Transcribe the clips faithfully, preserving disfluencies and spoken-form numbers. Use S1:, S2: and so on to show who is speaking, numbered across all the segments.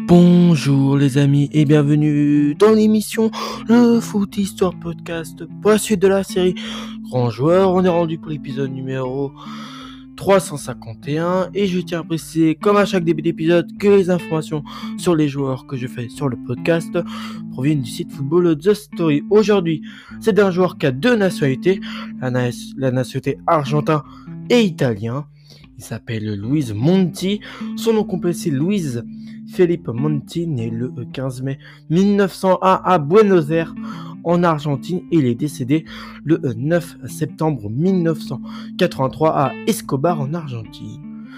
S1: Bonjour les amis et bienvenue dans l'émission Le Foot Histoire Podcast pour la suite de la série Grand Joueur. On est rendu pour l'épisode numéro trois cent cinquante et un et je tiens à préciser comme à chaque début d'épisode que les informations sur les joueurs que je fais sur le podcast proviennent du site Football The Story. Aujourd'hui, c'est d'un joueur qui a deux nationalités, la, na- la nationalité argentin et italien. Il s'appelle Luis Monti. Son nom complet c'est Luis Felipe Monti, né le quinze mai mille neuf cent un à Buenos Aires en Argentine. Il est décédé le neuf septembre mille neuf cent quatre-vingt-trois à Escobar en Argentine.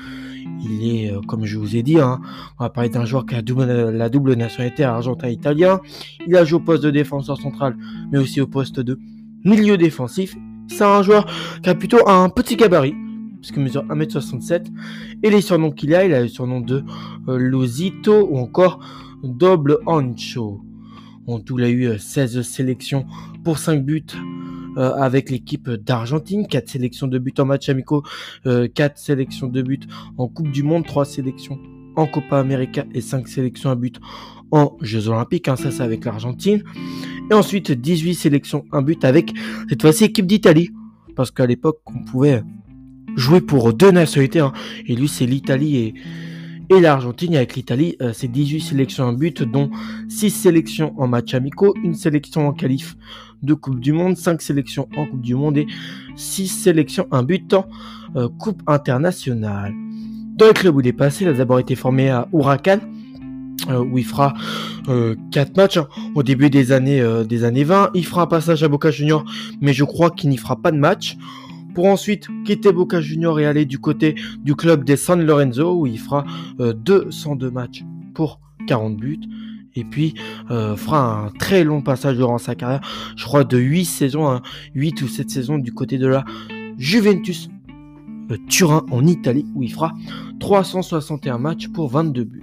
S1: Il est, euh, comme je vous ai dit, hein, on va parler d'un joueur qui a double, la double nationalité argentin-italien. Il a joué au poste de défenseur central, mais aussi au poste de milieu défensif. C'est un joueur qui a plutôt un petit gabarit, puisqu'il mesure un mètre soixante-sept. Et les surnoms qu'il a, il a le surnom de euh, Losito ou encore Double Ancho. En tout, il a eu seize sélections pour cinq buts euh, avec l'équipe d'Argentine, quatre sélections de buts en match amicaux, euh, quatre sélections de buts en Coupe du Monde, trois sélections en Copa América et cinq sélections à but en Jeux Olympiques, hein, ça c'est avec l'Argentine. Et ensuite dix-huit sélections, un but avec cette fois-ci l'équipe d'Italie, parce qu'à l'époque on pouvait jouer pour deux nationalités, hein, et lui c'est l'Italie et Et l'Argentine. Avec l'Italie, euh, c'est dix-huit sélections en but, dont six sélections en match amicaux, une sélection en qualif de Coupe du Monde, cinq sélections en Coupe du Monde et six sélections en but en euh, Coupe internationale. Dans le club où il est passé, il a d'abord été formé à Huracan, euh, où il fera euh, quatre matchs hein, au début des années, euh, des années vingt. Il fera un passage à Boca Juniors, mais je crois qu'il n'y fera pas de match, pour ensuite quitter Boca Juniors et aller du côté du club des San Lorenzo, où il fera euh, deux cent deux matchs pour quarante buts. Et puis euh, fera un très long passage durant sa carrière, je crois de huit saisons, hein, huit ou sept saisons du côté de la Juventus euh, Turin en Italie, où il fera trois cent soixante et un matchs pour vingt-deux buts.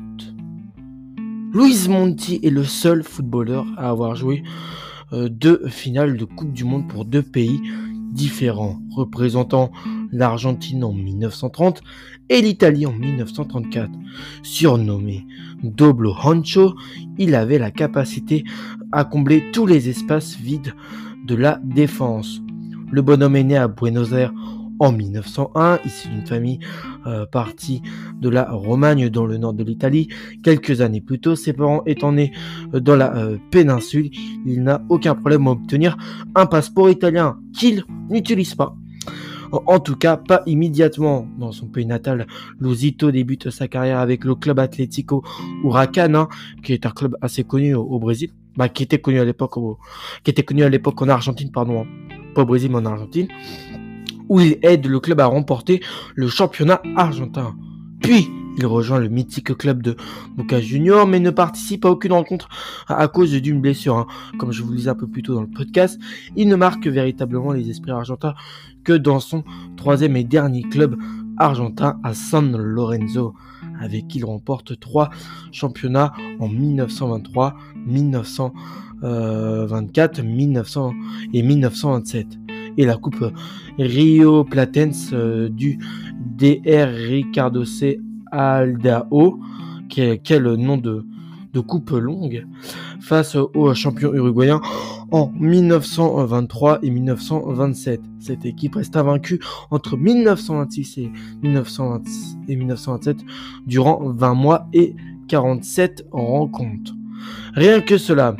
S1: Luis Monti est le seul footballeur à avoir joué euh, deux finales de Coupe du Monde pour deux pays différents, représentant l'Argentine en mille neuf cent trente et l'Italie en mille neuf cent trente-quatre. Surnommé Double Ancho, il avait la capacité à combler tous les espaces vides de la défense. Le bonhomme est né à Buenos Aires en mille neuf cent un, issu d'une famille euh, partie de la Romagne dans le nord de l'Italie. Quelques années plus tôt, ses parents étant nés euh, dans la euh, péninsule, il n'a aucun problème à obtenir un passeport italien qu'il n'utilise pas. En tout cas, pas immédiatement. Dans son pays natal, Losito débute sa carrière avec le club Atlético Huracan, hein, qui est un club assez connu au, au Brésil, bah, qui était connu à l'époque, au, qui était connu à l'époque en Argentine, pardon, hein. Pas au Brésil mais en Argentine, où il aide le club à remporter le championnat argentin. Puis, il rejoint le mythique club de Boca Juniors, mais ne participe à aucune rencontre à cause d'une blessure. Hein. Comme je vous le disais un peu plus tôt dans le podcast, il ne marque véritablement les esprits argentins que dans son troisième et dernier club argentin à San Lorenzo, avec qui il remporte trois championnats en mille neuf cent vingt-trois, mille neuf cent vingt-quatre, mille neuf cents et mille neuf cent vingt-sept. Et la coupe Rio Platense euh, du D R Ricardo C. Aldao, qui est, qui est le nom de, de coupe longue, face au champion uruguayen en mille neuf cent vingt-trois et mille neuf cent vingt-sept. Cette équipe reste invaincue entre mille neuf cent vingt-six et mille neuf cent vingt et mille neuf cent vingt-sept durant vingt mois et quarante-sept rencontres. Rien que cela.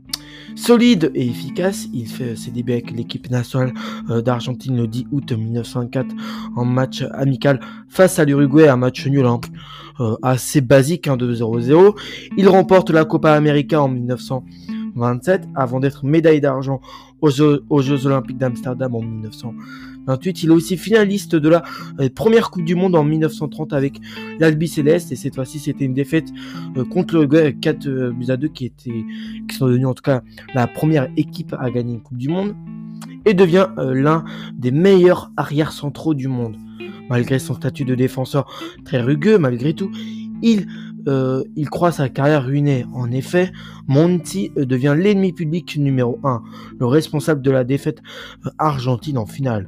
S1: Solide et efficace, il fait ses débuts avec l'équipe nationale euh, d'Argentine le dix août mille neuf cent vingt-quatre en match amical face à l'Uruguay, un match nul hein, euh, assez basique hein, de zéro zéro. Il remporte la Copa América en mille neuf cent vingt-sept avant d'être médaille d'argent aux Jeux, aux Jeux Olympiques d'Amsterdam en mille neuf cent vingt-huit. Il est aussi finaliste de la euh, première Coupe du Monde en mille neuf cent trente avec l'Albi Céleste, et cette fois-ci c'était une défaite euh, contre l'Uruguay avec quatre euh, buts à deux qui, étaient, qui sont devenus en tout cas la première équipe à gagner une Coupe du Monde, et devient euh, l'un des meilleurs arrières centraux du monde. Malgré son statut de défenseur très rugueux, malgré tout, il, euh, il croit sa carrière ruinée. En effet, Monti euh, devient l'ennemi public numéro un, le responsable de la défaite euh, argentine en finale.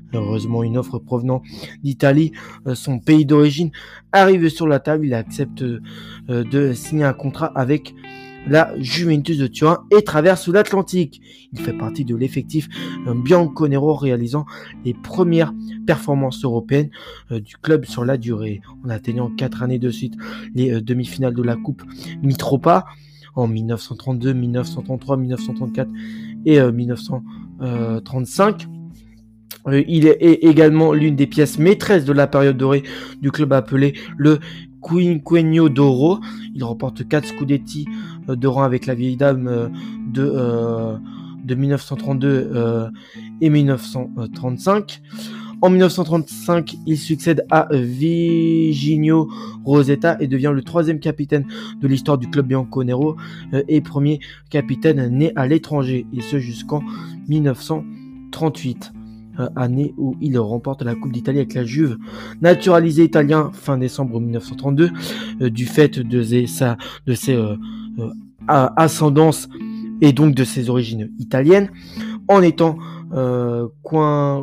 S1: Heureusement, une offre provenant d'Italie, euh, son pays d'origine, arrive sur la table. Il accepte euh, de signer un contrat avec la Juventus de Turin et traverse l'Atlantique. Il fait partie de l'effectif euh, bianconero, réalisant les premières performances européennes euh, du club sur la durée, en atteignant quatre années de suite les euh, demi-finales de la Coupe Mitropa en mille neuf cent trente-deux, mille neuf cent trente-trois, mille neuf cent trente-quatre et euh, mille neuf cent trente-cinq. Euh, il est également l'une des pièces maîtresses de la période dorée du club appelé le Quinquennio d'Oro. Il remporte quatre Scudetti euh, de rang avec la vieille dame euh, de, euh, de mille neuf cent trente-deux euh, et mille neuf cent trente-cinq. En mille neuf cent trente-cinq, il succède à Virginio Rosetta et devient le troisième capitaine de l'histoire du club bianconero euh, et premier capitaine né à l'étranger, et ce jusqu'en mille neuf cent trente-huit. Année où il remporte la Coupe d'Italie avec la Juve. Naturalisé italien fin décembre mille neuf cent trente-deux, euh, du fait de ses, sa, de ses euh, euh, ascendances et donc de ses origines italiennes, en étant euh, coin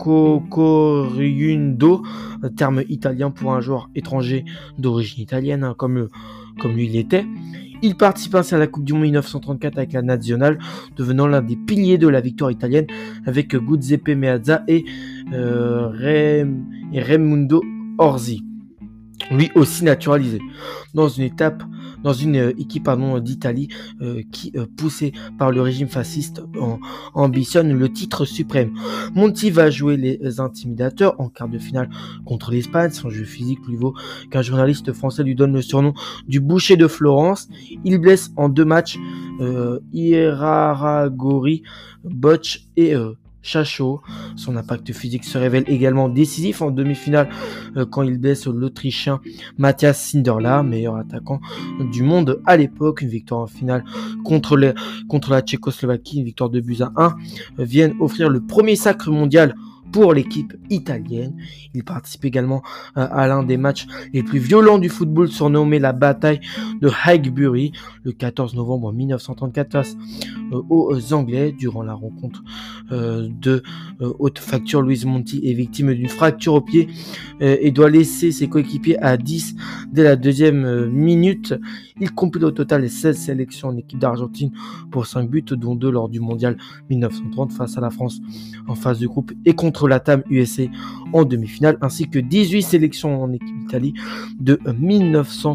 S1: cocoriundo, terme italien pour un joueur étranger d'origine italienne, hein, comme, comme lui l'était. Il participe ainsi à la Coupe du Monde mille neuf cent trente-quatre avec la Nazionale, devenant l'un des piliers de la victoire italienne avec Giuseppe Meazza et, euh, Rem, et Raimundo Orsi, lui aussi naturalisé. Dans une étape, dans une euh, équipe pardon, d'Italie euh, qui, euh, poussée par le régime fasciste, en, ambitionne le titre suprême. Monti va jouer les intimidateurs en quart de finale contre l'Espagne. Son jeu physique lui vaut qu'un journaliste français lui donne le surnom du boucher de Florence. Il blesse en deux matchs euh, Iraragorri, Bocch et euh, Chacho. Son impact physique se révèle également décisif en demi-finale euh, quand il blesse l'Autrichien Matthias Sinderla, meilleur attaquant du monde à l'époque. Une victoire en finale contre, les, contre la Tchécoslovaquie, une victoire de buts à un, euh, viennent offrir le premier sacre mondial pour l'équipe italienne. Il participe également euh, à l'un des matchs les plus violents du football, surnommé la bataille de Highbury, le quatorze novembre mille neuf cent trente-quatre, face euh, aux Anglais. Durant la rencontre euh, de euh, haute facture, Luis Monti est victime d'une fracture au pied euh, et doit laisser ses coéquipiers à dix dès la deuxième euh, minute. Il complète au total seize sélections en équipe d'Argentine pour cinq buts, dont deux lors du mondial mille neuf cent trente face à la France en phase de groupe et contre la T A M U S A en demi-finale, ainsi que dix-huit sélections en équipe d'Italie de mille neuf cent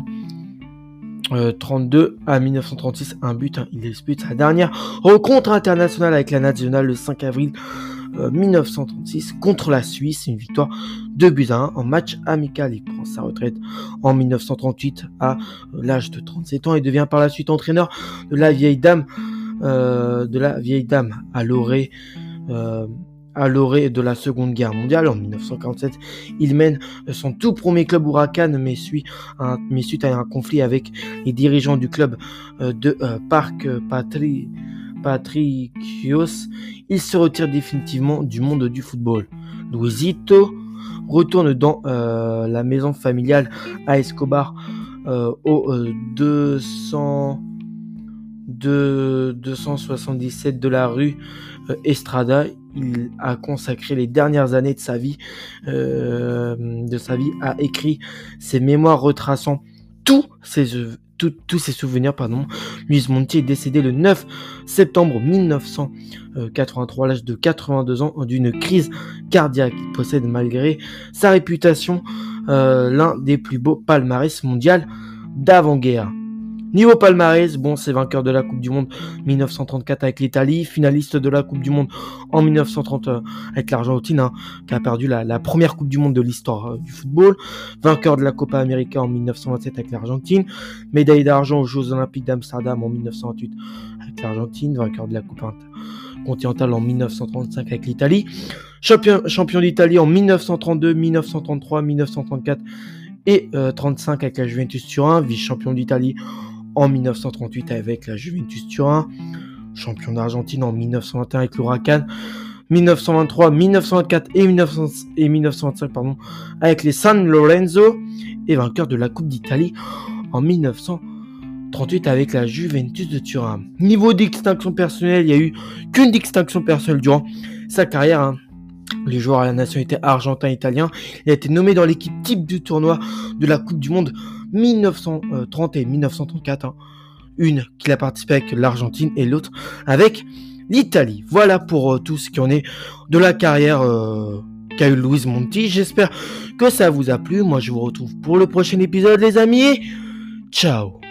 S1: trente-deux à mille neuf cent trente-six, un but. Hein. Il dispute sa dernière rencontre internationale avec la Nationale le cinq avril euh, mille neuf cent trente-six contre la Suisse, une victoire deux buts à un en match amical. Il prend sa retraite en mille neuf cent trente-huit à euh, l'âge de trente-sept ans et devient par la suite entraîneur de la vieille dame euh, de la vieille dame à l'orée euh, à l'orée de la Seconde Guerre mondiale. En mille neuf cent quarante-sept, il mène son tout premier club Huracan, mais, suit un, mais suite à un conflit avec les dirigeants du club euh, de euh, Parc Patri, Patricios, il se retire définitivement du monde du football. Luisito retourne dans euh, la maison familiale à Escobar euh, au euh, deux cents, deux cent soixante-dix-sept de la rue euh, Estrada. Il a consacré les dernières années de sa vie, euh, de sa vie à écrire ses mémoires retraçant tous ses, tout, tous ses souvenirs. Pardon. Luis Monti est décédé le neuf septembre mille neuf cent quatre-vingt-trois à l'âge de quatre-vingt-deux ans d'une crise cardiaque. Il possède malgré sa réputation euh, l'un des plus beaux palmarès mondiaux d'avant-guerre. Niveau palmarès, bon, c'est vainqueur de la Coupe du Monde mille neuf cent trente-quatre avec l'Italie, finaliste de la Coupe du Monde en mille neuf cent trente euh, avec l'Argentine, hein, qui a perdu la, la première Coupe du Monde de l'histoire euh, du football, vainqueur de la Copa América en mille neuf cent vingt-sept avec l'Argentine, médaille d'argent aux Jeux Olympiques d'Amsterdam en mille neuf cent vingt-huit avec l'Argentine, vainqueur de la Coupe continentale en mille neuf cent trente-cinq avec l'Italie, champion, champion d'Italie en mille neuf cent trente-deux, mille neuf cent trente-trois, mille neuf cent trente-quatre et euh, trente-cinq avec la Juventus Turin, vice-champion d'Italie en mille neuf cent trente-huit avec la Juventus Turin, champion d'Argentine en mille neuf cent vingt et un avec l'Huracan, mille neuf cent vingt-trois, mille neuf cent vingt-quatre et, mille neuf cents, et mille neuf cent vingt-cinq pardon, avec les San Lorenzo, et vainqueur de la Coupe d'Italie en mille neuf cent trente-huit avec la Juventus de Turin. Niveau distinction personnelle, il n'y a eu qu'une distinction personnelle durant sa carrière, hein. Les joueurs à la nationalité argentin-italien. Il a été nommé dans l'équipe type du tournoi de la Coupe du Monde mille neuf cent trente et mille neuf cent trente-quatre. Hein. Une qu'il a participé avec l'Argentine et l'autre avec l'Italie. Voilà pour euh, tout ce qui en est de la carrière euh, qu'a eu Luis Monti. J'espère que ça vous a plu. Moi, je vous retrouve pour le prochain épisode, les amis. Ciao.